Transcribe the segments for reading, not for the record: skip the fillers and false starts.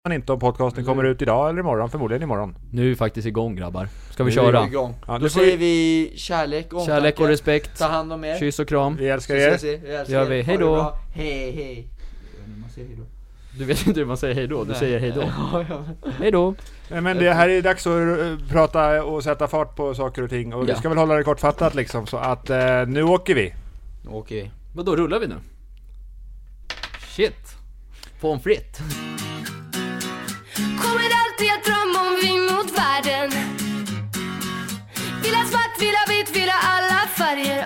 man inte om podcasten kommer ut idag eller imorgon, förmodligen imorgon. Nu är vi faktiskt igång, grabbar. Ska vi köra? Ja, då säger vi kärlek och respekt. Ta hand om er. Kyss och kram. Vi älskar er. Gör vi. Hej då. Hej. Man säger hej då. Du vet inte hur man säger hej då. Du säger hej då. Hej då. Men det här är dags att prata och sätta fart på saker och ting. Och vi ska väl hålla det kortfattat liksom. Så att nu åker vi. Okej. Men då rullar vi nu. Shit. Pommes frites. Kommer alltid att drömma om vi mot världen. Vill ha svart, vill ha vitt, vill ha alla färger.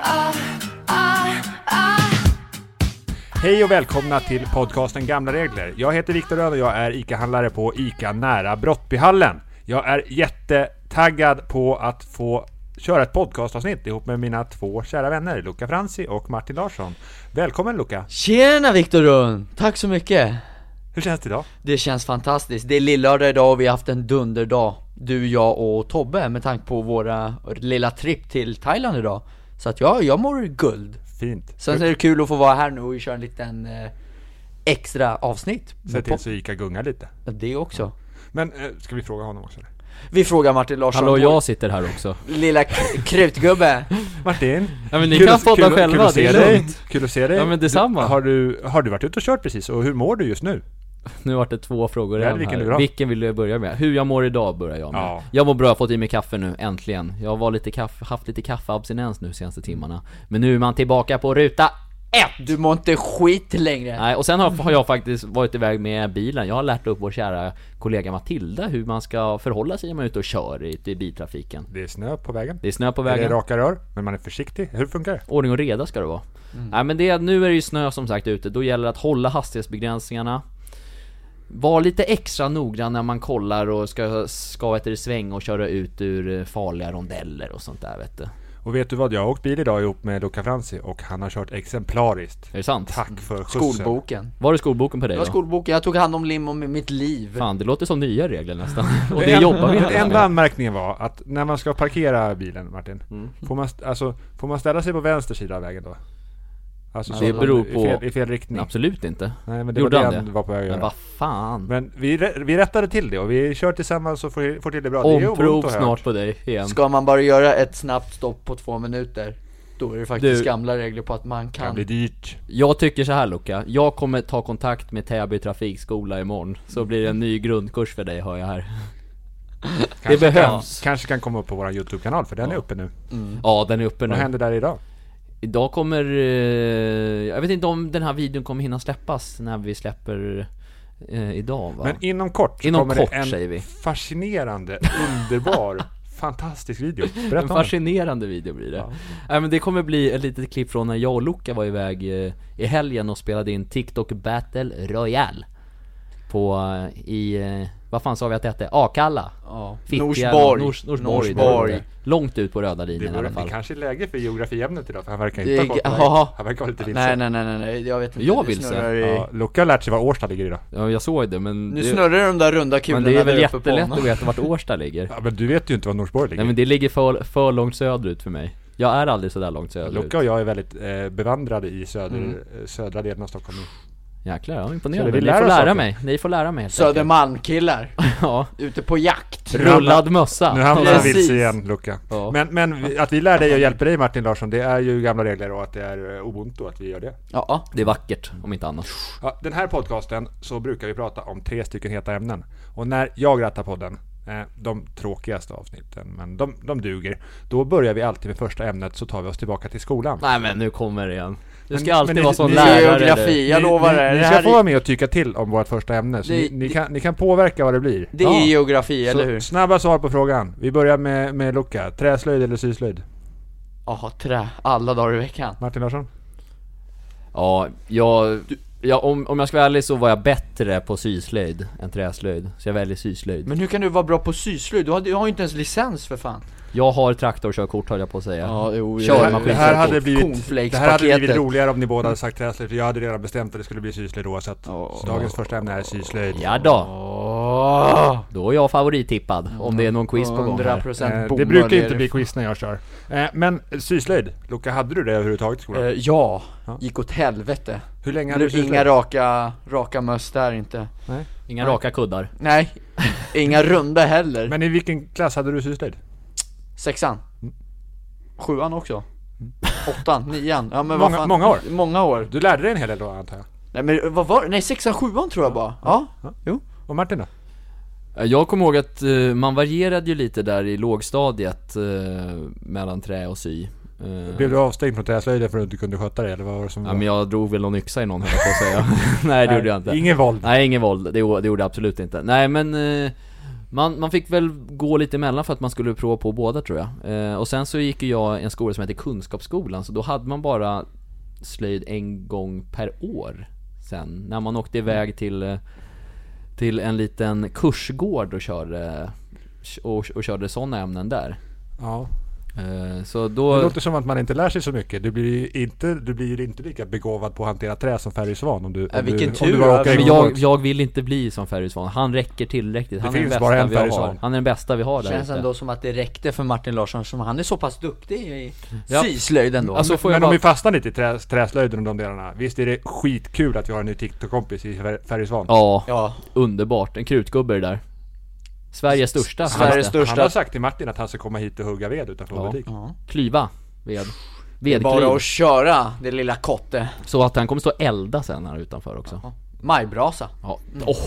Hej och välkomna till podcasten Gamla Regler. Jag heter Viktor Rönn och jag är ICA-handlare på ICA nära Brottbyhallen. Jag är jättetaggad på att få köra ett podcastavsnitt ihop med mina två kära vänner, Luca Franzi och Martin Larsson. Välkommen Luca. Tjena Viktor Rönn, tack så mycket. Hur känns det idag? Det känns fantastiskt. Det är lillördag idag och vi har haft en dunderdag. Du, jag och Tobbe med tanke på våra lilla trip till Thailand idag. Så att jag mår guld. Fint. Sen är det kul att få vara här nu och köra en liten extra avsnitt. Se till så ICA gungar lite. Det också. Men ska vi fråga honom också? Eller? Vi frågar Martin Larsson. Hallå, jag sitter här också. Lilla krutgubbe. Martin. Ja, men ni kan podda själva, det är lugnt. Kul att se dig. Ja, men detsamma. Har du varit ute och kört precis? Och hur mår du just nu? Nu har det 2 frågor Ja, här. Vilken vill du börja med? Hur jag mår idag börjar jag med. Ja. Jag mår bra, jag har fått i mig kaffe nu, äntligen. Jag var haft lite kaffeabstinens nu senaste timmarna. Men nu är man tillbaka på ruta 1. Du mår inte skit längre. Nej, och sen har jag faktiskt varit iväg med bilen. Jag har lärt upp vår kära kollega Matilda hur man ska förhålla sig när man är ute och kör i biltrafiken. Det är snö på vägen. Det är snö på vägen. Det är raka rör, men man är försiktig. Hur funkar det? Ordning och reda ska det vara. Nej, men nu är det ju snö som sagt ute. Då gäller det att hålla hastighetsbegränsningarna. Var lite extra noggrann när man kollar och ska efter sväng och köra ut ur farliga rondeller och sånt där, vet du. Och vet du vad, jag har åkt bil idag ihop med Luca Franzi och han har kört exemplariskt. Är det sant? Tack för skjutsen. Skolboken. Var det skolboken på dig Det var då? skolboken, jag tog hand om limmo med mitt liv. Fan, det låter som nya regler nästan. Och det jobbar vi inte Den enda med. anmärkningen var att när man ska parkera bilen, Martin, får man ställa sig på vänster sida av vägen då? Alltså Det beror på i fel riktning. Absolut inte. Nej, men det Gjorde var han det det? han var på väg att Men göra. vad fan. Men vi rättade till det och vi kör tillsammans och får till det bra. Det är Omprov ont och snart högt. på dig igen. Ska man bara göra ett snabbt stopp på 2 minuter, då är det faktiskt Du- gamla regler på att man Det kan kan. bli dyrt. Jag tycker så här, Luca. Jag kommer ta kontakt med Täby trafikskola imorgon. Så blir det en ny grundkurs för dig, hör jag här. Det behövs. Kanske kan komma upp på vår YouTube-kanal, för den är uppe nu. Ja, den är uppe nu. Vad händer där idag? Idag kommer... jag vet inte om den här videon kommer hinna släppas när vi släpper idag, va? Men inom kort så Inom kommer kort, det en säger vi. fascinerande, underbar, fantastisk video. En Berätta om den. fascinerande video blir det. Ja. Men det kommer bli ett litet klipp från när jag och Luca var iväg i helgen och spelade in TikTok Battle Royale på vad fan sa vi att det hette? Akalla. Ja. Fittja, Norsborg. Norsborg. Långt ut på röda Det linjen i alla vore fall. kanske läge för geografiämnet idag, för han verkar Det inte är- ha koll på ja. vägen. Han verkar vara lite vilse. Nej, jag vet inte. Jag Det vilse. snurrar Ja, Luca har lärt sig var Årsta ligger idag. Ja, jag såg det, men Nu snurrar de där runda men kulorna det är väl där uppe på jättelätt honom. att veta vart Årsta ligger. Ja, men du vet ju inte var Norsborg ligger. Nej, men det ligger för långt söderut för mig. Jag är aldrig så där långt söderut. Luca och jag är väldigt bevandrade i södra delen av Stockholm. Jäklar, jag är Så imponerad. vi Ni lär får oss lära saker. mig. Ni får lära mig helt enkelt. Södermalmkillar Ja. ute på jakt. Rullad mössa. Nu hamnar han Precis. vilse igen, Luca. Ja. Men att vi lär dig och hjälper dig, Martin Larsson, det är ju gamla regler, och att det är ubuntu att vi gör det. Ja. Det är vackert, om inte annat. Ja, den här podcasten så brukar vi prata om 3 stycken heta ämnen. Och när jag rattar podden, de tråkigaste avsnitten, men de duger, då börjar vi alltid med första ämnet, så tar vi oss tillbaka till skolan. Nej, men nu kommer det igen. Du ska Men alltid ni- vara sån ni- lärare. Geografi, jag lovar det. Ni Det ska här få är- vara med och tycka till om vårt första ämne, så Det- ni kan påverka vad det blir. Det är geografi, eller Så hur? snabba svar på frågan. Vi börjar med Luca. Träslöjd eller syslöjd? Jaha, trä. Alla dagar i veckan. Martin Larsson? Ja, om jag ska vara ärlig så var jag bättre på syslöjd än träslöjd. Så jag väljer syslöjd. Men hur kan du vara bra på syslöjd? Du har ju inte ens licens för fan. Jag har traktorkörkort, höll jag på att säga. jo, Körmaskin. Det här hade blivit Cornflakes-paketet. roligare om ni båda hade sagt träslöjd, för jag hade redan bestämt att det skulle bli syslöjd oavsett. Så dagens första ämne är syslöjd. Ja då. Då är jag favorittippad, om det är någon quiz på gång här. 100% Det brukar inte bli quiz när jag kör. Men syslöjd, Luka, hade du det överhuvudtaget i skolan? Ja, Ja. gick åt helvete. Hur länge Det hade du blev syslöjd? inga raka möss där inte. Inga raka kuddar. Nej, inga runda heller. Men i vilken klass hade du syslöjd? 6:an 7:an också 8:an, 9:an. Ja, men vad fan? Många år? Många år. Du lärde dig en hel del då, antar jag. Nej men vad var det? Nej, 6:an, 7:an tror jag bara. Ja. Jo. Och Martin då? Jag kommer ihåg att man varierade ju lite där i lågstadiet mellan trä och sy. Blev du avstängd från träslöjden för att du inte kunde sköta det, eller vad var det som Ja, var? men jag drog väl någon yxa i någon, höll jag på att säga. Nej, det gjorde jag inte. Ingen våld. Nej, ingen våld, det gjorde jag absolut inte. Nej, men man fick väl gå lite emellan för att man skulle prova på båda, tror jag. Och sen så gick jag i en skola som heter Kunskapsskolan, så då hade man bara slöjd en gång per år. Sen när man åkte iväg till en liten kursgård och körde sådana ämnen där. Ja. Så då... Det låter som att man inte lär sig så mycket. Du blir inte lika begåvad på att hantera trä som Ferry Svan om du vilken om tur, du bara åker Men en gång. jag vill inte bli som Ferry Svan. Han räcker tillräckligt. Han är den finns bara bästa en vi Ferry har. Svan. Han är den bästa vi har där Känns ute. ändå som att det räckte för Martin Larsson, som han är så pass duktig i Ja. syslöjden då. Alltså, får jag Men om bara... vi fastnar lite i träslöjden och de delarna. Visst är det skitkul att vi har en ny TikTok-kompis i Ferry Svan? Ja, Ja, underbart. En krutgubbe det där. Sveriges största. Sveriges Han har största. sagt till Martin att han ska komma hit och hugga ved utanför vår butik. Ja. Klyva ved. Det är bara Vedklyv. att köra det lilla kotte. Så att han kommer stå och elda sen här utanför också. Ja. Majbrasa. Ja.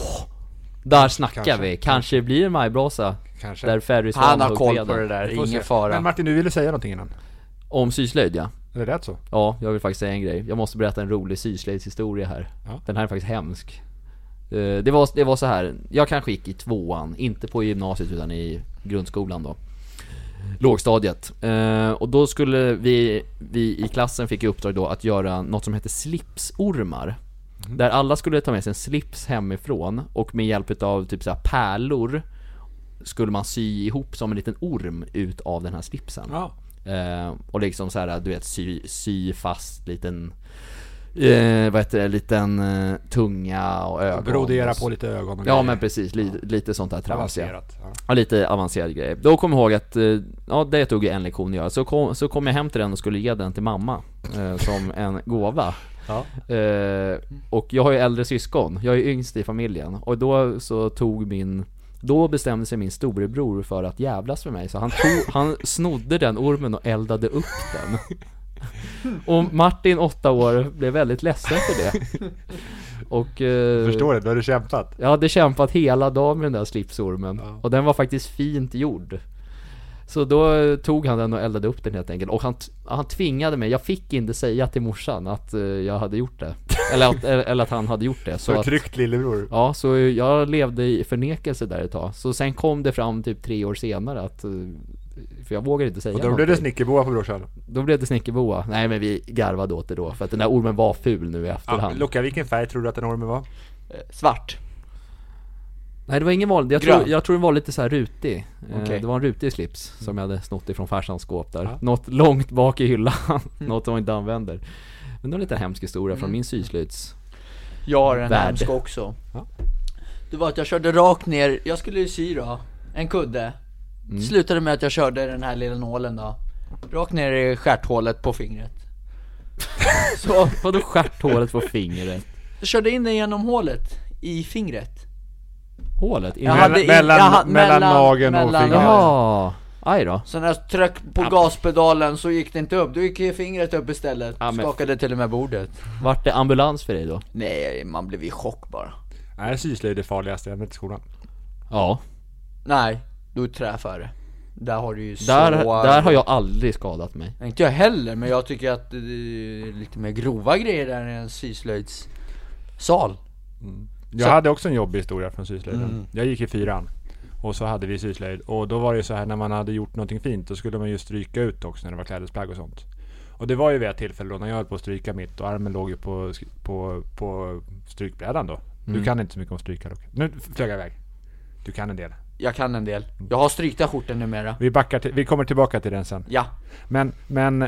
Där snackar Kanske. vi. Kanske det blir en majbrasa. Kanske. Där Ferry Svan Han har hugg koll veden. på det där, Vi får ingen se. fara. Men Martin, du ville säga någonting innan. Om syslöjd, ja. Är det rätt så? Ja, jag vill faktiskt säga en grej. Jag måste berätta en rolig syslöjdshistoria här. Ja. Den här är faktiskt hemsk. Det var så här. Jag kanske gick i 2:an, inte på gymnasiet utan i grundskolan då. Lågstadiet. Och då skulle vi i klassen fick i uppdrag då att göra något som heter slipsormar. Där alla skulle ta med sig en slips hemifrån och med hjälp av typ så här pärlor skulle man sy ihop som en liten orm ut av den här slipsen. Ja. Och liksom så här, du vet, sy fast liten liten tunga och ögon. Brodera på lite ögon och Ja, grejer. men precis, lite sånt där tramsiga. Avancerat. Ja. Ja, lite avancerad grej. Då kom jag ihåg att det tog ju en lektion att göra. Så kom jag hem till den och skulle ge den till mamma som en gåva. Ja. Och jag har ju äldre syskon. Jag är yngst i familjen. Och då bestämde sig min storebror för att jävlas för mig. Så han snodde den ormen och eldade upp den. Och Martin, 8 år, blev väldigt ledsen för det. Och Förstår det, då har du kämpat. jag hade kämpat hela dagen med den där slipsormen. Ja. Och den var faktiskt fint gjord. Så då tog han den och eldade upp den helt enkelt. Och han tvingade mig. Jag fick inte säga till morsan att jag hade gjort det. Eller att han hade gjort det. Så Förtryckt lillebror. ja, så jag levde i förnekelse där ett tag. Så sen kom det fram typ 3 år senare att... För jag vågade inte säga Och då blev det någonting. snickerboa på brorsan. Då blev det snickerboa. Nej, men vi garvade åt det då. För att den där ormen var ful nu i Ja, efterhand. Luka, vilken färg tror du att den ormen var? Svart. Nej, det var ingen val. Jag tror den var lite så här rutig. Okej. Det var en rutig slips som jag hade snott ifrån farsans skåp där. Ja. Något långt bak i hyllan. Något som man inte använder. Men det var lite hemsk historia från min syslöjds. Jag har en Värd. hemsk också. Ja. Det var att jag körde rakt ner. Jag skulle ju sy då en kudde. Slutade med att jag körde den här lilla nålen då rakt ner i stjärthålet på fingret. Så Vadå stjärthålet på fingret? jag körde in den genom hålet i fingret. Hålet? Jag hade Mellan nageln och mellan- fingret. Jaha. Aj då. Så när jag tryck på gaspedalen så gick det inte upp. Då gick fingret upp istället. Ja, men- Skakade till och med bordet. Vart det ambulans för dig då? Nej, man blev i chock bara. Nej, syslöjd är det farligaste ämnet i skolan. Ja. Nej, då är trä före. Där har du ju Där har jag aldrig skadat mig. Inte jag heller, men jag tycker att det är lite mer grova grejer där i en syslöjdssal. Jag Så- hade också en jobbig historia från syslöjden. Jag gick i 4:an. Och så hade vi syslöjd. Och då var det så här, när man hade gjort någonting fint, då skulle man ju stryka ut också när det var klädesplagg och sånt. Och det var ju vid ett tillfälle då när jag höll på att stryka mitt och armen låg ju på strykbrädan då. Du kan inte så mycket om stryka dock. Nu flög jag iväg. Du kan en del. Jag kan en del. Jag har strykta skjorten numera. Vi kommer tillbaka till den sen. Ja. Men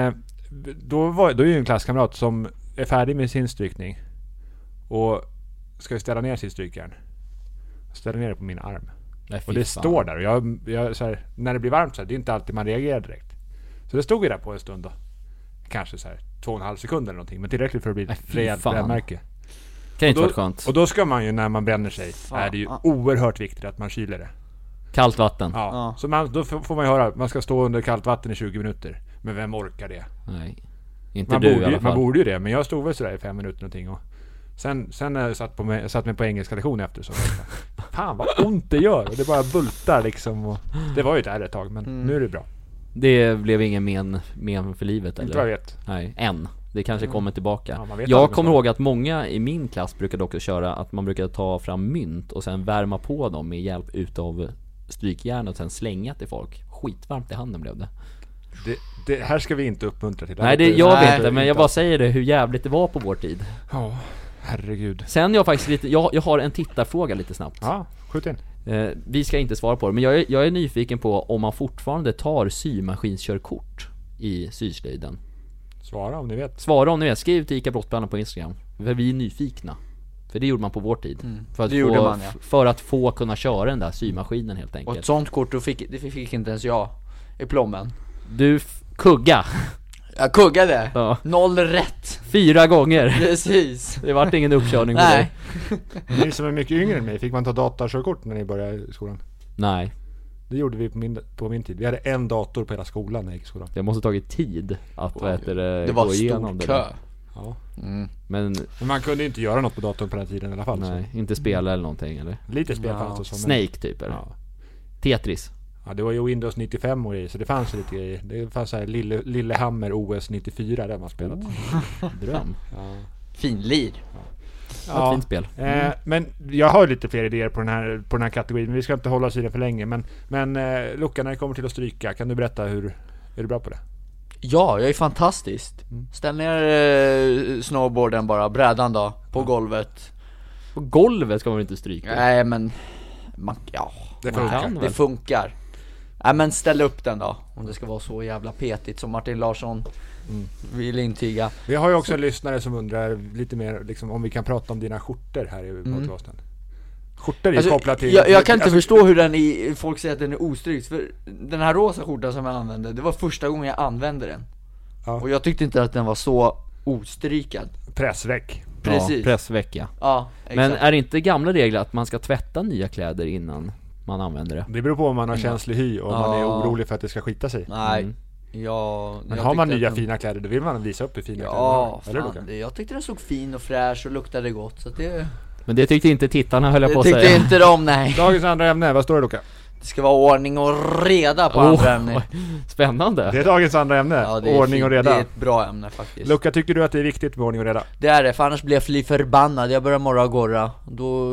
då är ju en klasskamrat som är färdig med sin strykning och ska ställa ner sitt strykjärn. ställer ner det på min arm. Nej, Och det står där. Och jag så här, när det blir varmt så här, det är inte alltid man reagerar direkt. Så det stod ju där på en stund då. Kanske så här 2,5 sekunder eller någonting. Men tillräckligt för att bli ett rejält brännmärke. Kan inte vara skönt. Och då ska man ju, när man bränner sig, är det ju oerhört viktigt att man kyler det. Kallt vatten. Ja. Så då får man ju höra, man ska stå under kallt vatten i 20 minuter. Men vem orkar det? Nej. Inte du i alla fall. Man borde ju det, men jag stod väl sådär i 5 minuter någonting. Och sen när jag satt mig på engelska lektion efter så fan vad ont det gör. Och det bara bultar liksom. Och det var ju där ett tag, men nu är det bra. Det blev ingen men för livet, eller? Inte vad jag vet. Nej, än. Det kanske kommer tillbaka. Ja, jag kommer ihåg att många i min klass brukade också köra att man brukade ta fram mynt och sen värma på dem med hjälp utav strykjärn och sen slänga till folk. Skitvarmt i handen blev det. Det här ska vi inte uppmuntra till. Nej, jag vet det, men jag bara säger det hur jävligt det var på vår tid. Ja, herregud. Sen jag faktiskt lite, jag har en tittarfråga lite snabbt. Ja, skjut in. Vi ska inte svara på det, men jag är nyfiken på om man fortfarande tar symaskinskörkort i syslöjden. Svara om ni vet. Skriv till Ica Brottballen på Instagram. För vi är nyfikna. För det gjorde man på vår tid. För att få kunna köra den där symaskinen helt enkelt. Och ett sånt kort det fick inte ens jag i plommen. Du kugga. Jag kuggade. Ja. 0 rätt. 4 gånger. Precis. Det vart ingen uppkörning på Nej. dig. Ni som är mycket yngre än mig, fick man ta datakörkort när ni började i skolan? Nej. Det gjorde vi på min tid. Vi hade en dator på hela skolan när jag gick i skolan. Det måste tagit tid att det var gå igenom stor kö. Ja. Men man kunde inte göra något på datorn på den tiden i alla fall. nej, inte spela eller någonting eller? Lite spel fanns det som. Snake typ eller? Ja. Tetris. Ja, det var ju Windows 95 och så det fanns lite grejer. Det fanns så här Lillehammer OS 94 där man spelat. Dröm. Ja. Finlir. Ja. Ett fint spel. Men jag har lite fler idéer på den här kategorin, men vi ska inte hålla oss i det för länge. Men Luca, när det kommer till att stryka, kan du berätta är du bra på det? Ja, jag är fantastiskt. Ställ ner snowboarden bara, brädan då, på golvet. På golvet ska man inte stryka. Nej, men Det det funkar. Nej, men ställ upp den då, om det ska vara så jävla petigt som Martin Larsson vill intyga. Vi har ju också en lyssnare som undrar lite mer liksom, om vi kan prata om dina skjortor här i podcasten. Skjortor är kopplat till... Jag kan inte förstå hur folk säger att den är ostrykt. För den här rosa skjortan som jag använde, det var första gången jag använde den. Ja. Och jag tyckte inte att den var så ostrykad. Pressväck. Precis. Ja, pressvecka. Ja, exakt. Men är det inte gamla regler att man ska tvätta nya kläder innan man använder det? Det beror på om man har känslig hy och man är orolig för att det ska skita sig. Nej. Men har man nya fina kläder, då vill man visa upp hur fina kläder är. Jag tyckte den såg fin och fräsch och luktade gott, så det... Men det tyckte inte tittarna, höll jag på att säga. Det tyckte inte de, nej. Dagens andra ämne, vad står det, Luca? Det ska vara ordning och reda på andra ämne. Spännande. Det är dagens andra ämne, ordning och reda. Det är ett bra ämne faktiskt. Luca, tycker du att det är viktigt med ordning och reda? Det är det, för annars blir jag fly förbannad. Jag börjar morra och gorra. Då...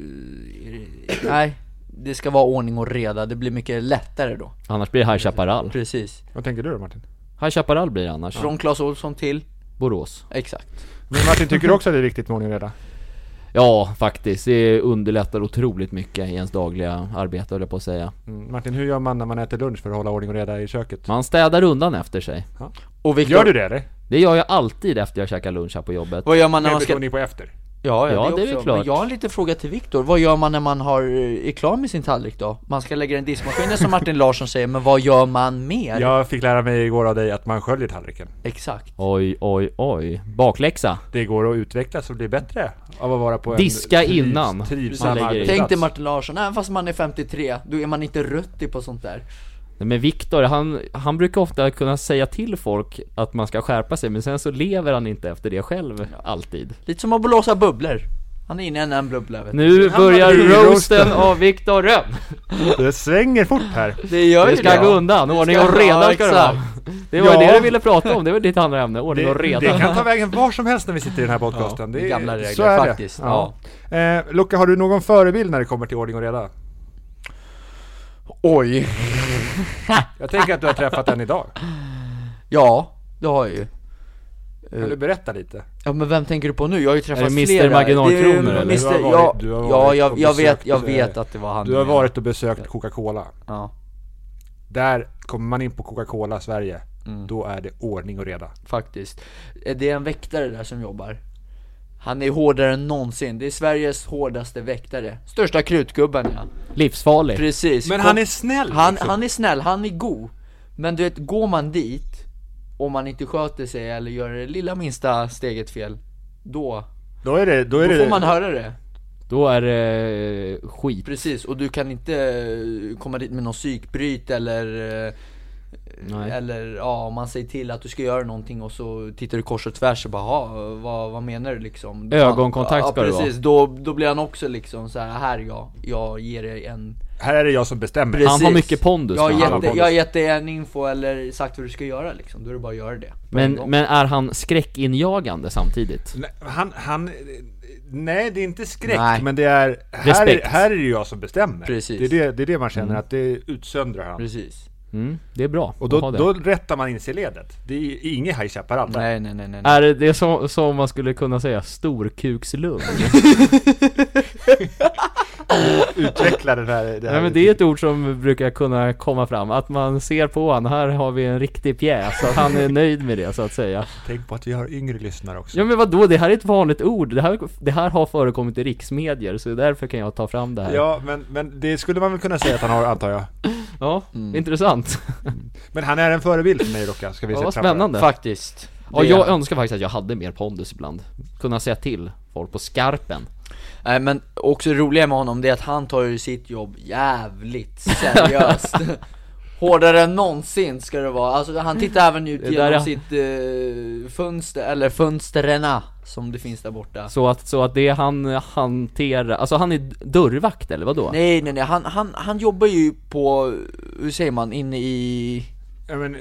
Nej, det ska vara ordning och reda. Det blir mycket lättare då. Annars blir det High Chaparral. Precis. Vad tänker du då, Martin? High Chaparral blir det annars. Från Clas Ohlson till Borås. Exakt. Men Martin, tycker du också att det är viktigt med ordning och reda? Ja, faktiskt. Det underlättar otroligt mycket i ens dagliga arbete, höll jag på att säga. Martin, hur gör man när man äter lunch för att hålla ordning och reda i köket? Man städar undan efter sig. Ja. Och Victor, gör du det, eller? Det gör jag alltid efter jag käkar lunch här på jobbet. Vad gör man när man ska... på efter? Ja, det är väl klart. Men jag har en liten fråga till Victor. Vad gör man när man är klar med sin tallrik då? Man ska lägga den i diskmaskinen som Martin Larsson säger, men vad gör man mer? Jag fick lära mig igår av dig att man sköljer tallriken. Exakt. Oj. Bakläxa. Det går att utvecklas och bli bättre av att vara på diska innan. Tänk dig Martin Larsson, även fast man är 53, då är man inte ruttig på sånt där. Nej, men Victor, han brukar ofta kunna säga till folk att man ska skärpa sig, men sen så lever han inte efter det själv alltid. Lite som att blåsa bubblor. Han är inne i en bubbla, vet du. Nu börjar roasten av Victor Rönn. Det svänger fort här. Det ska gå undan, ordning och reda ska det vara. Det var det du ville prata om, det var ditt andra ämne, ordning och reda. Det kan ta vägen var som helst när vi sitter i den här podcasten. Det är gamla regler faktiskt. Luca, har du någon förebild när det kommer till ordning och reda? Oj. Jag tänker att du har träffat den idag. Ja, det har jag ju. Kan du berätta lite? Ja, men vem tänker du på nu? Jag har ju träffat flera. Är det Mr. Marginalkronor eller? Jag vet att det var han. Du har varit och besökt Coca-Cola. Ja. Där kommer man in på Coca-Cola Sverige. Då är det ordning och reda. Faktiskt. Det är en väktare där som jobbar. Han är hårdare än någonsin. Det är Sveriges hårdaste väktare. Största krutgubben, ja. Livsfarlig. Precis. Men han är snäll liksom. Han är snäll, han är god. Men du vet, går man dit, om man inte sköter sig eller gör det lilla minsta steget fel, då får man höra det. Då är det skit. Precis, och du kan inte komma dit med någon psykbryt eller om man säger till att du ska göra någonting och så tittar du kors och tvärs och bara, vad menar du liksom? Ögonkontakt ska det vara. Precis, då blir han också liksom så här jag ger dig en... Här är det jag som bestämmer. Precis. Han har mycket pondus. Jag har gett dig en info eller sagt vad du ska göra liksom. Då är det bara att göra det. Men är han skräckinjagande samtidigt? Nej, det är inte skräck. Nej. Men det är här är det jag som bestämmer. Precis. Det är det man känner, att det utsöndrar han. Precis. Det är bra. Och då rättar man in sig i ledet. Det är inget High Chaparral där. Nej. Är det som man skulle kunna säga storkukslund? Utveckla det här. Nej, men det är ett ord som brukar kunna komma fram. Att man ser på han, här har vi en riktig pjäs. Att han är nöjd med det, så att säga. Tänk på att vi har yngre lyssnare också. Ja, men vadå? Det här är ett vanligt ord. Det här har förekommit i riksmedier. Så därför kan jag ta fram det här. Ja, men det skulle man väl kunna säga att han har, antar jag. Ja, intressant. Men han är en förebild för mig, Rocka. Ska vi se vad spännande. Faktiskt. Ja, jag önskar faktiskt att jag hade mer pondus ibland. Kunna säga till folk på skarpen. Nej, men också det roliga med honom, det är att han tar ju sitt jobb jävligt seriöst. Hårdare än någonsin ska det vara. Alltså han tittar även ut genom sitt fönster, eller fönsterna som det finns där borta. Så att det han hanterar, alltså han är dörrvakt eller vadå? Nej, han jobbar ju på, hur säger man, inne i... Ja, men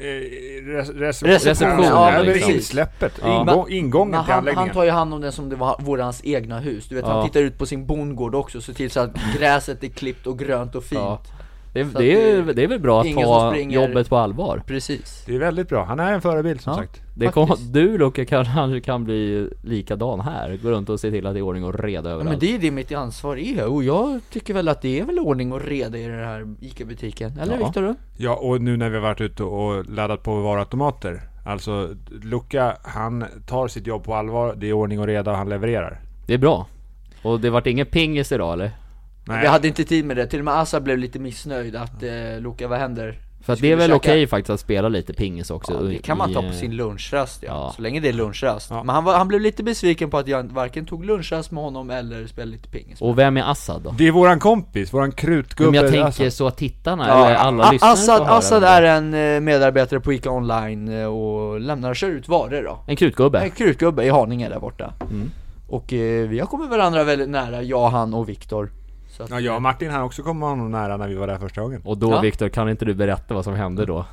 reception. Ja, precis. insläppet. Ingången till anläggningen. Han tar ju hand om det som det vore hans egna hus. Du vet, han tittar ut på sin bondgård också, så till så att gräset är klippt och grönt och fint. Ja. Det är väl bra att ta jobbet på allvar. Precis. Det är väldigt bra. Han är en förebild som sagt. Du, Luca, kanske kan bli likadan här. Gå runt och se till att det är ordning och reda överallt. Men det är det mitt ansvar är. Och jag tycker väl att det är väl ordning och reda i den här ICA-butiken. Eller Victor? Ja, och nu när vi har varit ute och laddat på varuautomater. Alltså, Luca, han tar sitt jobb på allvar. Det är ordning och reda och han levererar. Det är bra. Och det vart ingen pingis idag, eller? Nej. Vi hade inte tid med det. Till och med Assa blev lite missnöjd att Luca, vad händer? För att det är väl okej faktiskt att spela lite pingis också. Ja, det kan man ta på sin lunchrast, så länge det är lunchrast. Men han blev lite besviken på att jag varken tog lunchrast med honom eller spelade lite pingis. Och vem är Assad då? Det är våran kompis, våran krutgubbe. Men jag tänker Assad. så att tittarna eller alla lyssnare Assad är en medarbetare på ICA Online och kör ut varor då. En krutgubbe? En krutgubbe i Haninge där borta. Och vi har kommit varandra väldigt nära, jag, han och Viktor. Ja, jag och Martin han också kom honom nära när vi var där första gången. Och då, Viktor, kan inte du berätta vad som hände då?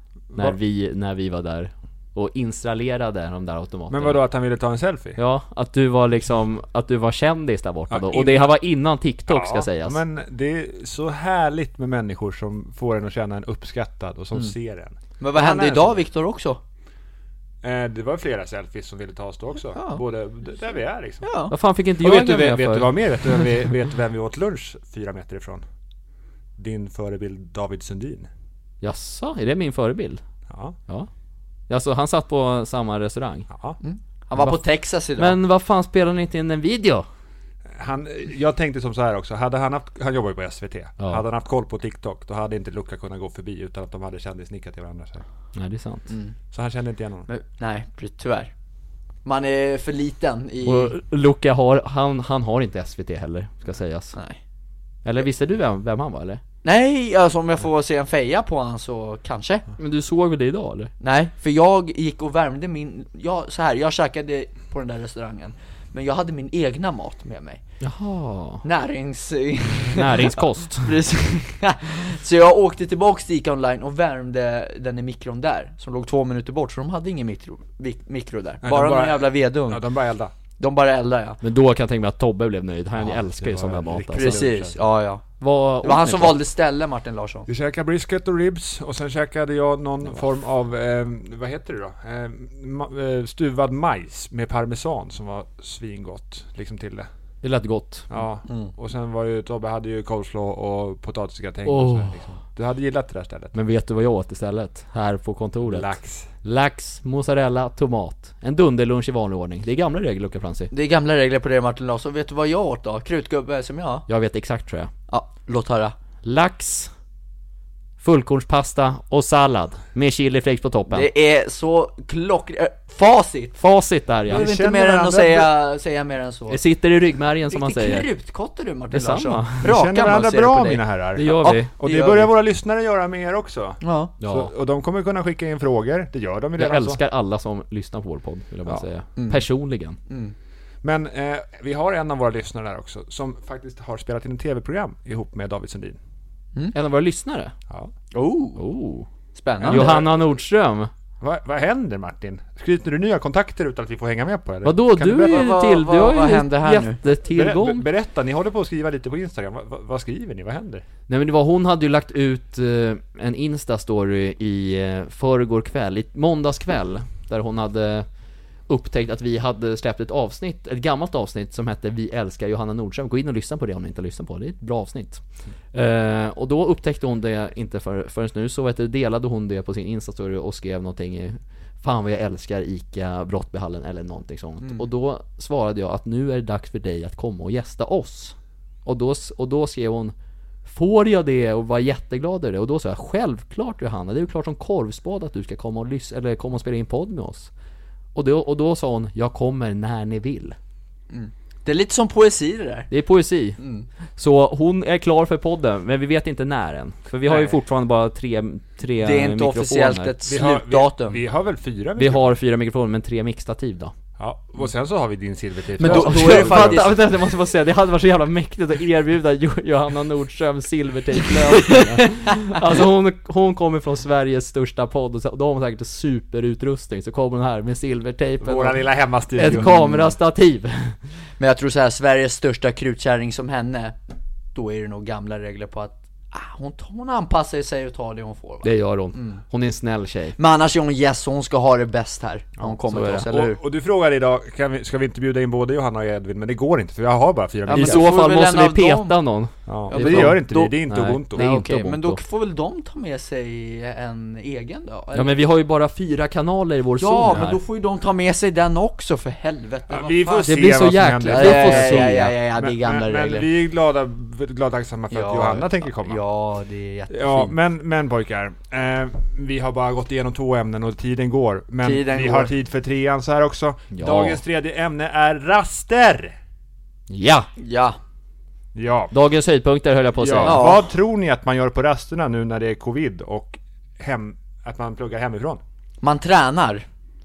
När vi var där och installerade de där automaterna. Men vadå, att han ville ta en selfie? Ja, att du var kändis där borta då. Och det här var innan TikTok ska sägas. Men det är så härligt med människor som får en att känna en uppskattad och som ser en. Men vad hände idag, Viktor, också? Det var flera selfies som ville ta oss då också. Både där vi är liksom. Ja. Vad fan fick inte jag jag vet du vad mer? Vet du vem vi åt lunch 4 meter ifrån? Din förebild David Sundin. Jaså, är det min förebild? Ja. Alltså han satt på samma restaurang. Ja. Han var på Texas idag. Men vad fan spelar ni inte in en video? Jag tänkte som så här också. Han jobbar ju på SVT. Hade han haft koll på TikTok, då hade inte Luca kunnat gå förbi utan att de hade kändisnickat till varandra. Nej, det är sant. Så han kände inte igen honom. Men, nej, tyvärr. Man är för liten i... Och Luca han har inte SVT heller, ska sägas. Nej. Eller visste du vem han var, eller? Nej, alltså om jag får se en feja på han så kanske. Men du såg väl det idag, eller? Nej, för jag gick och värmde jag käkade på den där restaurangen. Men jag hade min egna mat med mig. Jaha. Näringskost. Så jag åkte tillbaka till ICA Online och värmde den i mikron där, som låg 2 minuter bort. Så de hade ingen mikro där. Nej, bara någon jävla vedugn. Ja, de bara eldade. De bara eldar, ja. Men då kan jag tänka mig att Tobbe blev nöjd. Han älskar ju sån där mat alltså. Precis, ja. Det var han som valde ställe, Martin Larsson. Vi käkade brisket och ribs. Och sen käkade jag någon form av vad heter det då? Stuvad majs med parmesan som var svingott liksom till det. Det lät gott. Ja, och sen var ju Tobbe hade ju coleslaw och potatisgratäng och så liksom. Du hade gillat det där stället. Men vet du vad jag åt istället? Här på kontoret. Lax, mozzarella, tomat. En dunderlunch i vanlig ordning. Det är gamla regler, Luca Franzi. Det är gamla regler på det, Martin Larsson. Vet du vad jag åt då? Krutgubbe som jag. Jag vet exakt, tror jag. Ja, låt höra. Lax, fullkornspasta och sallad med chiliflakes på toppen. Det är så Facit där, ja. Jag behöver inte mer än att säga mer än så. Det sitter i ryggmärgen, som man säger. Riktigt krutkotte du, Martin Detsamma. Larsson. Vi känner varandra bra, mina herrar. Det gör vi. Och det börjar våra lyssnare göra med er också. Ja. Så, och de kommer kunna skicka in frågor. Det gör de ju redan. Jag älskar alla som lyssnar på vår podd, vill jag bara säga. Personligen. Men vi har en av våra lyssnare där också, som faktiskt har spelat in en tv-program ihop med David Sundin. En av våra lyssnare? Ja. Spännande. Johanna Nordström. Vad händer, Martin? Skryter du nya kontakter utan att vi får hänga med på det? Vadå? Du är ju till, du har ju jättetillgång. Berätta, ni håller på att skriva lite på Instagram. Vad skriver ni? Vad händer? Nej, men hon hade ju lagt ut en Insta-story i förrgår kväll, i måndagskväll, där hon hade upptäckt att vi hade släppt ett gammalt avsnitt som hette Vi älskar Johanna Nordström. Gå in och lyssna på det om ni inte har lyssnat på det. Det är ett bra avsnitt. Och då upptäckte hon det inte förrän nu, så delade hon det på sin Insta-story och skrev någonting, fan vad jag älskar ICA Brottbyhallen eller någonting sånt. Och då svarade jag att nu är det dags för dig att komma och gästa oss. Och då skrev hon, får jag det, och var jätteglad över det. Och då sa jag, självklart Johanna, det är ju klart som korvspad att du ska komma och spela in podd med oss. Och då sa hon, jag kommer när ni vill. Det är lite som poesi det där. Det är poesi. Så hon är klar för podden, men vi vet inte när än. För vi har ju fortfarande bara tre det är inte mikrofoner. Officiellt ett slutdatum. Vi har väl 4 mikrofoner? Vi har 4 mikrofoner, men 3 mixtativ då. Ja, och sen så har vi din silvertejp. Men då är det faktiskt... Vänta, måste bara säga, det hade varit så jävla mäktigt att erbjuda Johanna Nordström silvertejp-lösningar. Alltså hon kommer från Sveriges största podd, och då har hon säkert superutrustning. Så kommer hon här med silvertejpen, våra lilla hemmastudio, ett kamerastativ. Men jag tror så här, Sveriges största krutkärring som henne, då är det nog gamla regler på att hon anpassar sig och tar det hon får, va? Det gör hon. Hon är en snäll tjej. Men annars är hon hon ska ha det bäst här när hon kommer till oss, eller hur? Och du frågar idag, ska vi inte bjuda in både Johanna och Edvin? Men det går inte, för jag har bara 4 I så fall måste vi peta någon. Ja, men det gör inte vi, det är inte Ubuntu. Det är inte Ubuntu. Men då får väl de ta med sig en egen då? Eller? Ja, men vi har ju bara 4 kanaler i vår zon här. Ja, men då får ju de ta med sig den också, för helvete. Ja, vi får se, det blir så vad som jäkla. händer. Vi får se. Ja, det är gamla regler. Men vi är glada tacksamma för att Johanna tänker komma. Ja, det är jättefint. Ja, men pojkar, vi har bara gått igenom 2 ämnen och tiden går. Men vi har tid för 3:an så här också. Ja. Dagens 3:e ämne är raster. Ja. Ja. Dagens höjdpunkter höll jag på att säga. Ja. Vad tror ni att man gör på rasterna nu när det är covid och att man pluggar hemifrån? Man tränar.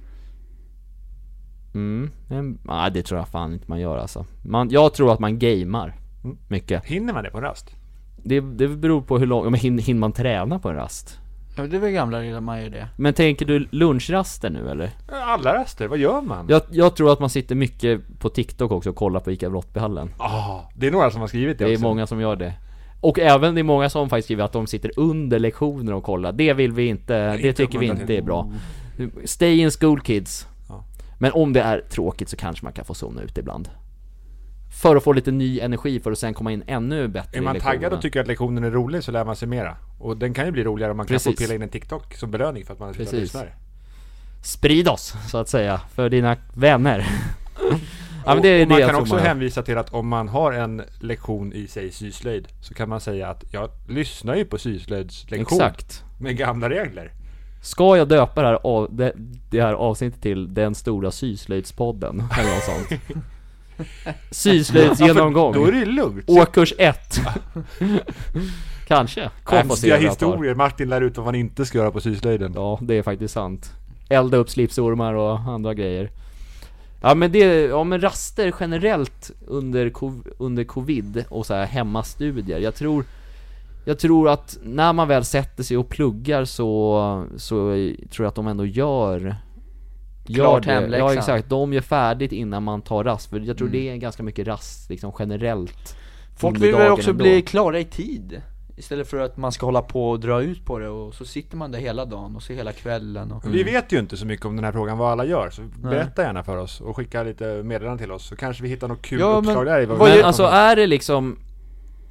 Nej, det tror jag fan inte man gör alltså. Jag tror att man gamer mycket. Hinner man det på en rast? Det beror på hur lång, men hinner man träna på en rast? Ja, det är väl gamla regler, man gör det. Men tänker du lunchraster nu eller? Alla raster, vad gör man? Jag tror att man sitter mycket på TikTok också och kollar på ICA Brottbyhallen. Det är några som har skrivit det också. Det är många som gör det. Och även det är många som faktiskt skriver att de sitter under lektioner och kollar. Det vill vi inte, det tycker vi inte är bra. Stay in school, kids. Men om det är tråkigt så kanske man kan få zona ut ibland. För att få lite ny energi, för att sen komma in ännu bättre. Är man taggad och tycker att lektionen är rolig så lär man sig mera. Och den kan ju bli roligare om man kan få pilla in en TikTok som belöning för att man har lyssnare. Sprid oss, så att säga, för dina vänner. Ja, men och man kan också hänvisa till att om man har en lektion i sig syslöjd, så kan man säga att jag lyssnar ju på syslöjdslektion. Exakt. Med gamla regler. Ska jag döpa det här avsnittet till den stora syslöjdspodden eller något sånt? Syslöjdsgenomgång. Då är det lugnt. Åkurs 1. Kanske. Konstiga historier. Martin lär ut vad man inte ska göra på syslöjden. Ja, det är faktiskt sant. Elda upp slipsormar och andra grejer. Ja, men raster generellt under covid och så här hemmastudier. Jag tror att när man väl sätter sig och pluggar så tror jag att de ändå gör klart det. Hemläxa. Ja, exakt. De gör färdigt innan man tar rast. För jag tror det är ganska mycket rast liksom generellt. Folk vill väl också bli klara i tid, istället för att man ska hålla på och dra ut på det. Och så sitter man där hela dagen och så hela kvällen Vi vet ju inte så mycket om den här frågan, vad alla gör. Så berätta gärna för oss och skicka lite meddelanden till oss, så kanske vi hittar något kul uppslag där. Men alltså är det liksom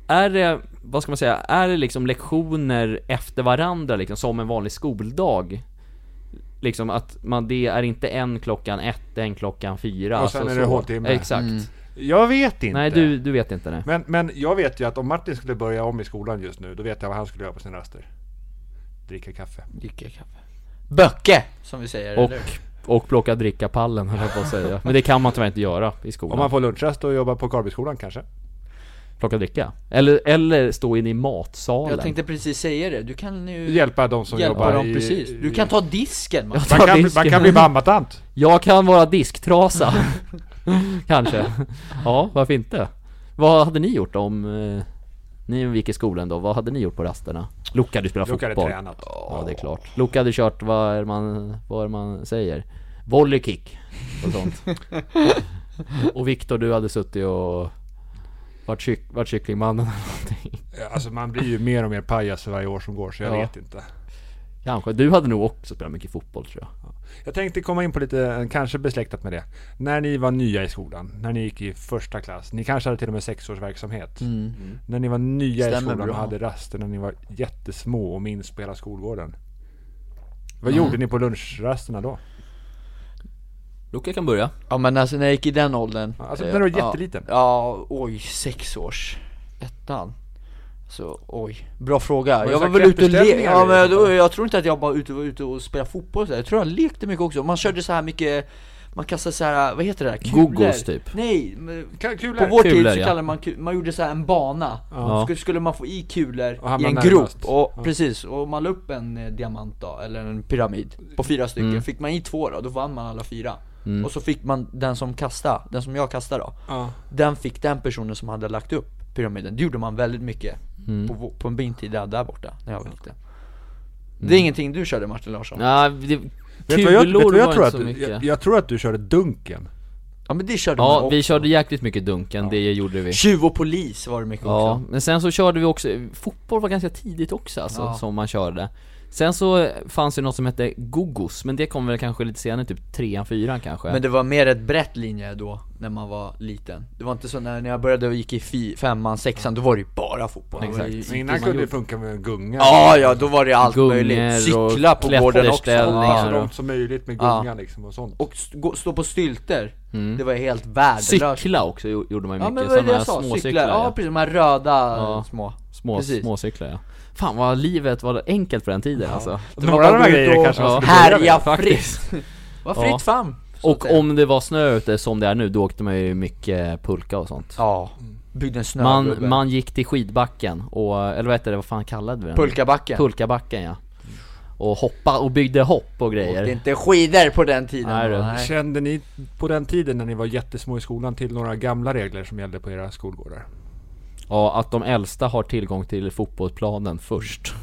är det, vad ska man säga, är det liksom lektioner efter varandra liksom, som en vanlig skoldag? Liksom att det är inte en klockan 1, en klockan 4. Och sen är det håltimme. Exakt. Jag vet inte. Nej, du vet inte det. Men jag vet ju att om Martin skulle börja om i skolan just nu, då vet jag vad han skulle göra på sina raster. Dricka kaffe. Böcke, som vi säger. Och plocka drickapallen, höll jag på att säga. Men det kan man tyvärr inte göra i skolan. Om man får lunchrast och jobba på Karlbyskolan kanske. Plocka dricka. Eller stå inne i matsalen. Jag tänkte precis säga det. Du kan ju hjälpa de som jobbar dem, precis. Du kan ta disken, man. Man kan bli mammatant. Jag kan vara disktrasa. Kanske. Ja, varför inte? Vad hade ni gjort om ni gick i skolan då? Vad hade ni gjort på rasterna? Luca hade spelat fotboll. Luca hade tränat. Ja, det är klart. Luca hade kört vad man säger. Volleykick och sånt. Och Viktor, du hade suttit och vart kycklingmannen eller någonting. Alltså man blir ju mer och mer pajas för varje år som går, så jag vet inte. Kanske. Du hade nog också spelat mycket fotboll, tror jag. Jag tänkte komma in på lite, kanske besläktat med det. När ni var nya i skolan, när ni gick i första klass, ni kanske hade till och med 6-årsverksamhet. När ni var nya i skolan och hade raster, när ni var jättesmå och minns på hela skolgården. Vad gjorde ni på lunchrasterna då? Luca kan börja. Ja, men alltså när jag gick i den åldern. Alltså när du var jätteliten. Ja, 6 års. Ettan. Så, bra fråga. Jag var väl ute och jag tror inte att jag bara var ute och spelade fotboll så här. Jag tror jag lekte mycket också. Man körde så här mycket, man kastade så här, vad heter det där? Googles typ. Nej, kulor. På vår tid så ja. kallade man gjorde så här en bana. Skulle man få i kulor i en närmast. grop och precis, och man la upp en diamant då, eller en pyramid på 4 stycken. Fick man i 2 då vann man alla 4. Och så fick man den som jag kastade då. Den fick den personen som hade lagt upp pyramiden. Det gjorde man väldigt mycket på en bintid där borta när jag var liten. Det är ingenting du körde, Martin Larsson? Ja, Vet du vad jag tror att jag tror att du körde dunken. Ja, men det körde man också. Vi körde jäkligt mycket dunken, det gjorde vi. Tjuv och polis var det mycket också. Ja, men sen så körde vi också, fotboll var ganska tidigt också alltså, som man körde. Sen så fanns det något som hette Gogos, men det kom väl kanske lite senare, typ 3-4 kanske. Men det var mer ett brett linje då, när man var liten. Det var inte så när jag började och gick i 5:an, 6:an, då var det ju bara fotboll. Exakt. Men innan kunde det funka med gunga. Ja, då var det allt möjligt. Cykla på gården också. Så långt som möjligt med gunga liksom och sånt. Och stå på stylter. Det var helt värdelöst. Cykla också gjorde man ju mycket. Ja, men vad jag sa, små cyklar. Ja, precis, de här röda små cyklar, ja. Fan vad livet var enkelt på den tiden alltså. Några av de här grejerna kanske man skulle härja fritt. Var fritt fram. Och om det var snö ute som det är nu, då åkte man ju mycket pulka och sånt. Ja, byggde en snögubbe. Man gick till skidbacken och, eller vad heter det, vad fan kallade vi den? Pulkabacken, ja. Och hoppa och byggde hopp och grejer. Det är inte skidor på den tiden. Nej. Kände ni på den tiden när ni var jättesmå i skolan till några gamla regler som gällde på era skolgårdar? Ja, att de äldsta har tillgång till fotbollsplanen först.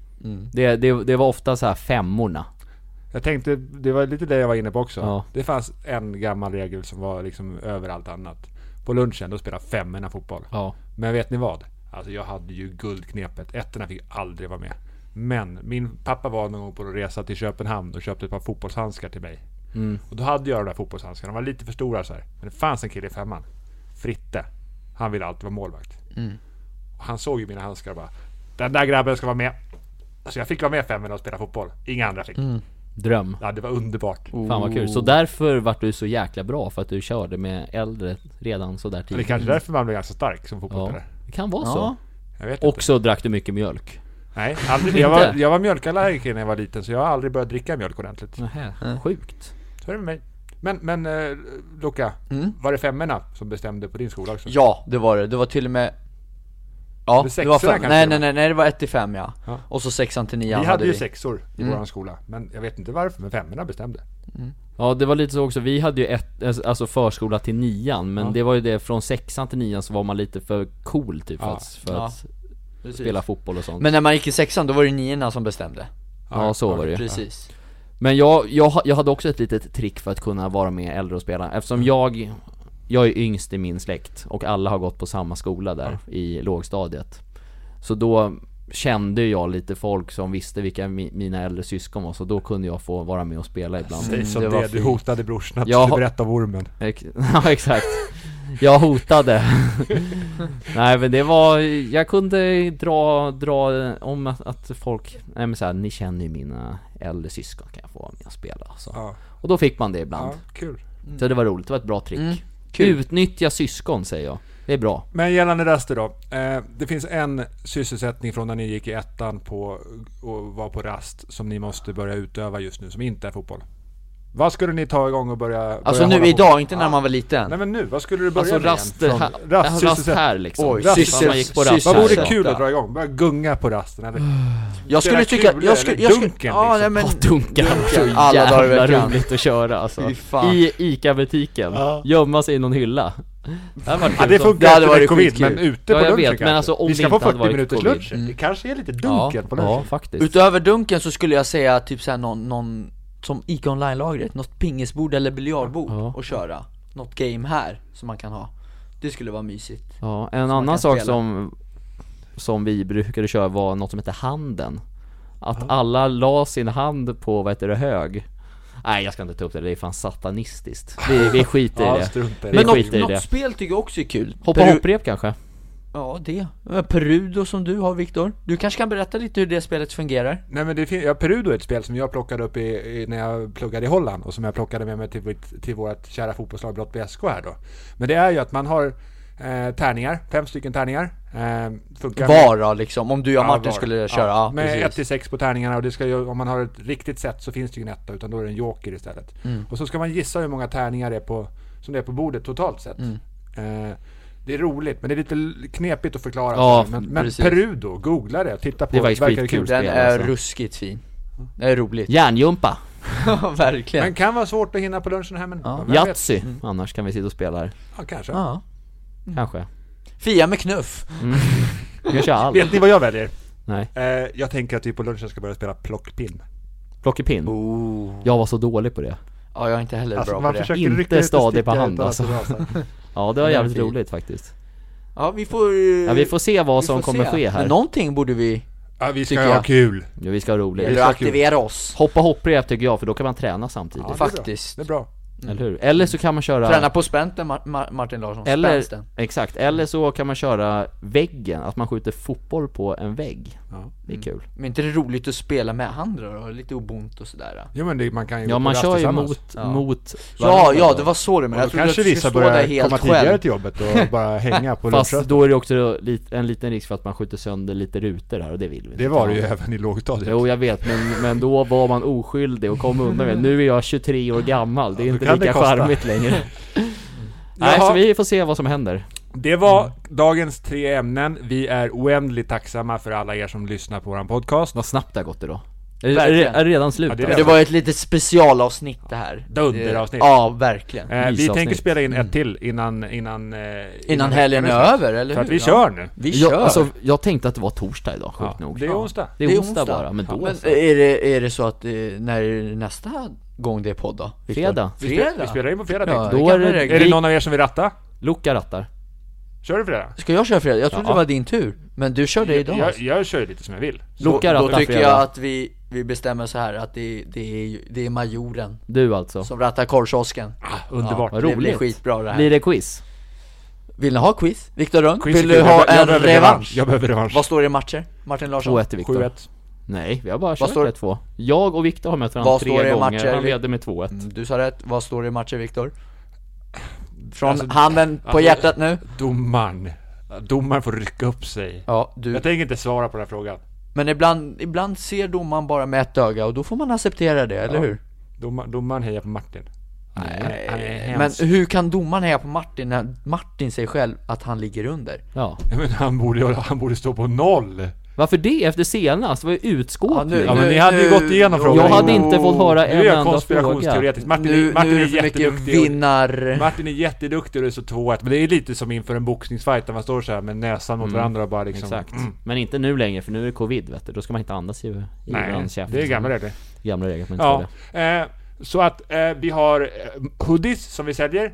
Det var ofta så här 5:orna. Jag tänkte, det var lite det jag var inne på också. Ja. Det fanns en gammal regel som var liksom över allt annat. På lunchen, då spelade 5:orna fotboll. Ja. Men vet ni vad? Alltså jag hade ju guldknepet. 1:orna fick aldrig vara med. Men min pappa var någon gång på en resa till Köpenhamn och köpte ett par fotbollshandskar till mig. Och då hade jag de där fotbollshandskarna. De var lite för stora så här. Men det fanns en kille i 5:an. Fritte. Han ville alltid vara målvakt. Och han såg ju mina handskar och bara, den där grabben ska vara med. Så jag fick vara med 5:orna och spela fotboll. Inga andra fick. Dröm. Ja, det var underbart. Fan vad kul. Så därför var du så jäkla bra, för att du körde med äldre redan så där tidigt. Det är kanske därför man blev ganska stark som fotbollsspelare. Ja, det kan vara så. Jag vet och inte. så drack du mycket mjölk. Nej, aldrig. Jag var mjölkallergiker när jag var liten, så jag har aldrig börjat dricka mjölk ordentligt. Sjukt. Så är det med mig. Men Luca, var det 5:orna som bestämde på din skola också? Ja, det var det. Det var till och med... Ja, det var 5. Nej, det var 1-5, ja. Och så 6:an till 9:an. Vi hade ju 6:or i våran skola, men jag vet inte varför, men 5:orna bestämde. Ja, det var lite så också. Vi hade ju alltså förskola till 9:an, men det var ju det, från 6:an till 9:an så var man lite för cool typ för att spela fotboll och sånt. Men när man gick i 6:an, då var det 9:orna som bestämde. Ja, så var det. Precis. Men jag hade också ett litet trick för att kunna vara med äldre och spela. Eftersom jag är yngst i min släkt och alla har gått på samma skola där i lågstadiet. Så då kände jag lite folk som visste vilka mina äldre syskon var, så då kunde jag få vara med och spela ibland. Säg som det du hotade brorsan att du berätta om ormen. Ja, exakt. Jag hotade. Nej, men det var, jag kunde dra om att folk, nej men så här, ni känner ju mina äldre syskon, kan jag få vara med och spela så. Ja. Och då fick man det ibland. Ja, kul. Så det var roligt, det var ett bra trick. Kul. Utnyttja syskon, säger jag. Det är bra. Men gällande raster då. Det finns en sysselsättning från när ni gick i ettan på och var på rast som ni måste börja utöva just nu, som inte är fotboll. Vad skulle ni ta igång och börja Alltså hålla nu på? idag, inte när man var liten. Nej men nu, vad skulle du börja Alltså med rast, igen? rast här liksom. Oj, Rast, man gick på rast Vad här. vore kul att dra igång? Börja gunga på rasten eller? Jag skulle Spela tycka, kulor jag skulle, eller dunken, ja, liksom. nej, men Dunka var så alla dagar i jävla veckan. roligt att köra alltså. Fy fan. I ICA-butiken. Ja. Gömma sig i någon hylla. Det hade varit Ja, kul det så. funkar Det hade inte med varit covid, skitkul. men ute Ja, på jag lunchen vet, men kanske. alltså, om vi det ska få inte hade 40 varit minuters covid. lunch. Det kanske är lite dunken på lunchen. Ja, faktiskt. Utöver dunken så skulle jag säga typ såhär någon som ICA Online-lagret, något pingisbord eller biljardbord Ja. och köra. Något game här som man kan ha. Det skulle vara mysigt. Ja, en man annan kan sak spela. som vi brukade köra var något som heter handen. Att alla la sin hand på, vad heter det, hög. Nej, jag ska inte ta upp det, det är fan satanistiskt. Vi skiter i Ja, det. strunta i Vi det. Men skiter i något det. spel tycker jag också är kul. Hopprep kanske? Ja, det. Perudo som du har, Viktor. Du kanske kan berätta lite hur det spelet fungerar. Nej men Perudo är ett spel som jag plockade upp när jag pluggade i Holland och som jag plockade med mig till vårt kära fotbollslag Brottby SK här då. Men det är ju att man har tärningar, 5 stycken tärningar. Funkar Vara liksom, om du och Martin var. skulle köra. Ja, med precis. 1-6 på tärningarna och det ska ju, om man har ett riktigt set så finns det ju en etta, utan då är det en joker istället. Och så ska man gissa hur många tärningar det är som det är på bordet totalt sett. Det är roligt, men det är lite knepigt att förklara. Ja, men precis. Perudo, googla det, titta på Det var ju verkar skitkul. kul. Den spel, är alltså. ruskigt fin. Det är roligt. Järnjumpa. Ja, verkligen. Men kan vara svårt att hinna på lunchen här, men Ja. vem vet? Yatzy. Annars kan vi sitta och spela här. Ja, kanske. Ja. Kanske. Fia med knuff. Vi kan köra allt. Vet ni vad jag väljer? Nej. Jag tänker att vi på lunchen ska börja spela plockpinn. Plockepinn. Jag var så dålig på det. Ja, jag är inte heller Alltså, bra man på det. försöker Inte rycka ut och stadig på sticka hand, utan att alltså. det rasar. Ja, det var jävligt fint. roligt faktiskt. Ja, vi får... Ja, vi får se vad vi som får kommer se. ske här. Men någonting borde vi... Ja, vi ska Tycker ha jag. kul. Ja, vi ska ha roligt. Eller aktivera oss. Hopprep tycker jag, för då kan man träna samtidigt. Ja, det är bra. Faktiskt. Det är bra. Eller hur? Eller så kan man köra... Träna på spänten, Martin Larsson. Eller, Spänsten. exakt, eller så kan man köra väggen, att man skjuter fotboll på en vägg. Ja. Det är kul. Men inte det roligt att spela med andra då? Lite obont och sådär. Jo, men man kan ju Ja, gå man på rast kör ju tillsammans. mot Ja, varandra ja, då. det var så det men Och jag då trodde att kanske du skulle vissa stå där börjar helt komma tidigare själv. till jobbet och bara hänga på Fast lunchen. då är det också en liten risk för att man skjuter sönder lite rutor här, och det vill vi inte. Det var det ju även i lågstadiet. Jo, jag vet, men då var man oskyldig och kom undan med. Nu är jag 23 år gammal, det är Ja, då inte kan det lika kosta. charmigt längre. Nej, Jaha. så vi får se vad som händer. Det var dagens 3 ämnen. Vi är oändligt tacksamma för alla er som lyssnar på våran podcast. Vad snabbt det har gått idag. Är Verkligen. det redan slut? Ja, det är Men alltså? det var ett litet specialavsnitt det här. Dunderavsnitt. Ja, verkligen. Vi Mysavsnitt. tänker spela in ett till innan Helgen är över, eller För hur? att vi kör nu. Vi kör. Alltså, jag tänkte att det var torsdag idag, sjukt Ja, nog. det är onsdag. Det är onsdag bara, men då Men så. är det så att när är nästa gång det är podd då? Viktor? Fredag. Vi spelar in på fredag. Ja, tänkte Då det är kan det- vi jag. Är det vi- någon av er som vill ratta? Luca rattar. Kör du fredag? Ska jag köra fredag? Jag trodde Ja. det var din tur. Men du körde idag. Jag kör ju lite som jag vill. Luca Då rattar tycker fredag. jag att vi bestämmer så här att det är majoren Du alltså. som rattar korvkiosken. Underbart. vad Det blir roligt. skitbra det här. Blir det quiz? Vill ni ha quiz? Viktor Rönn? Quiz är Vill kul. du ha Jag en behöver revansch? Jag behöver revansch. Vad står det i matcher? Martin Larsson? 2-1 till Viktor. 7-1. Nej, vi har bara Vad kört står- 1-2. Jag och Viktor har mött varandra Vad står 3 det i gånger. matcher? Han leder med 2-1. Du sa rätt. Vad står det i matcher, Viktor? Från Alltså, handen på alltså- hjärtat nu. Domaren får rycka upp sig. Ja, du. Jag tänker inte svara på den här frågan. Men ibland ser domaren bara med ett öga och då får man acceptera det, eller Ja. hur? Domaren hejar på Martin. Han är Men hemsk. hur kan domaren heja på Martin när Martin säger själv att han ligger under? Ja. Men han borde stå på 0. Varför det? Efter senast? Det var ju utskåpning. Ja, Ja, men ni hade ju gått igenom frågan. Jag hade inte fått höra Nu är en jag enda konspirationsteoretisk. Martin Nu är är det för mycket jätteduktig. vinnar... Martin är jätteduktig och det är så 2-1. Men det är lite som inför en boxningsfight där man står så här med näsan mot varandra och bara liksom... Exakt. Men inte nu längre, för nu är det covid, vet du. Då ska man inte andas i Nej, varandras käft. det är gamla regler. Gamla regler, men inte Ja, det. så att vi har hoodies som vi säljer.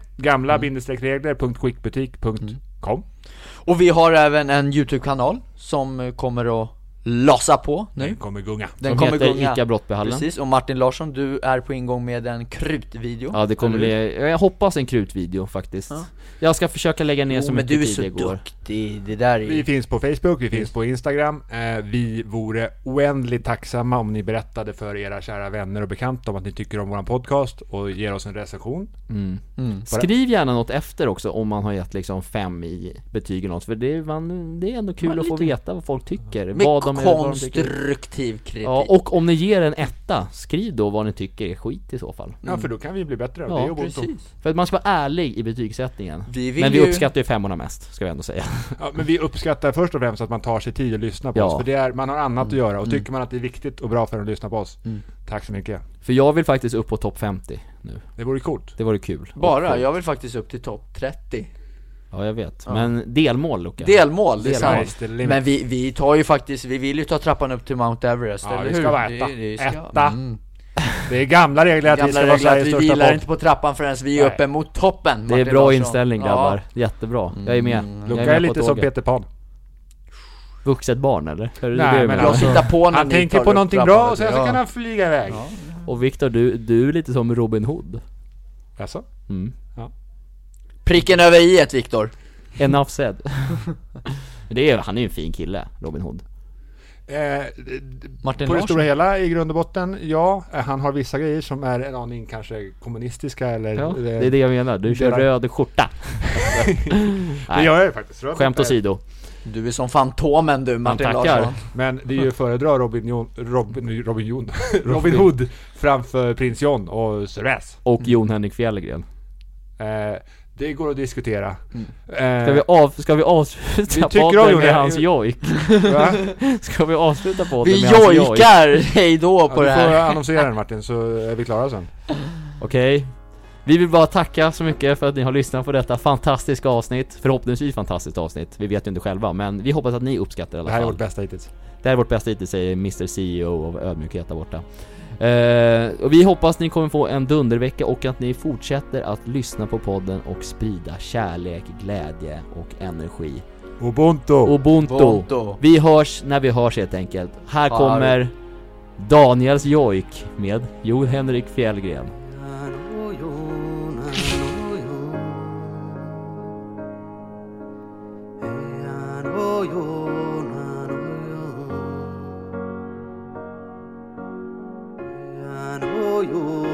Gamla-regler.quickbutik.com. Och vi har även en YouTube-kanal som kommer att lasa på nu. Den kommer gunga. Den Som kommer heter gunga. Ica Brottbyhallen. Precis, och Martin Larsson, du är på ingång med en krutvideo. Ja, det kommer bli, jag hoppas en krutvideo faktiskt. Ja. Jag ska försöka lägga ner så men mycket du är tid så det går. duktig, det där är Vi finns på Facebook, vi finns på Instagram. Vi vore oändligt tacksamma om ni berättade för era kära vänner och bekanta om att ni tycker om våran podcast och ger oss en recension. Skriv gärna något efter också om man har gett liksom 5 i betyg eller något, för det är ändå kul att få veta vad folk tycker. med vad de konstruktiv kritik. Ja, och om ni ger en 1, skriv då vad ni tycker är skit i så fall. Ja, för då kan vi bli bättre. Ja, det är Ubuntu. Precis. För att man ska vara ärlig i betygssättningen. Vi Men vi uppskattar ju 5 mest, ska vi ändå säga. Ja, men vi uppskattar först och främst att man tar sig tid att lyssna på Ja. oss. För det är, man har annat att göra. Och tycker man att det är viktigt och bra för att lyssna på oss. Tack så mycket. För jag vill faktiskt upp på topp 50 nu. Det vore coolt. Det vore kul. Bara, jag vill faktiskt upp till topp 30. Ja, jag vet. Men delmål, Luka. Delmål, det är Delmål. sant. Nice, the limit. Men vi tar ju faktiskt, vi vill ju ta trappan upp till Mount Everest, Ja, eller vi hur? ska vara etta. Det ska- Etta. Det är gamla regler att vi Gamla ska vara regler att Sveriges vi största vilar podd. inte på trappan förrän vi är Nej. uppe mot toppen. Det är Martin bra Larsson. inställning, grabbar. Jättebra. Jag är med. Luka Jag är med lite på som tåget. Peter Pan. Vuxet barn, eller? Är det Nej, det du men menar? Jag hittar på när Han ni tänker tar på upp någonting trappan. bra och sen så Ja. kan han flyga iväg. Och Viktor, du är lite som Robin Hood. Alltså? Pricken över i-et, Viktor. Enough said. Han är ju en fin kille, Robin Hood. Martin På det Larsson. stora hela, i grund och botten, ja. Han har vissa grejer som är en aning kanske kommunistiska eller... Ja, det är det jag menar. Du kör delar- röd skjorta. Det gör jag faktiskt. Röd Skämt skjorta. åsido. Du är som Fantomen du, Martin tackar. Larsson. Men det är ju föredrar Robin Hood framför Prins John och Sir Raz. Och Jon Henrik Fjällgren. Det går att diskutera. Ska vi avsluta Vi tycker om podden Jon med Henrik- hans jojk? Va? Ska vi avsluta podden Vi med hans jojk? jojkar hej då på Du det får här. annonsera den, Martin, så är vi klara sen. Okej. Vi vill bara tacka så mycket för att ni har lyssnat på detta fantastiska avsnitt. Förhoppningsvis fantastiskt avsnitt. Vi vet ju inte själva, men vi hoppas att ni uppskattar det i alla Det här är fall. vårt bästa hittills. Det här är vårt bästa hittills, säger Mr. CEO av ödmjukhet där borta. Och vi hoppas ni kommer få en dundervecka och att ni fortsätter att lyssna på podden och sprida kärlek, glädje och energi. Ubuntu! Ubuntu. Vi hörs när vi hörs helt enkelt. Här kommer Daniels jojk med Jon Henrik Fjällgren. Oh,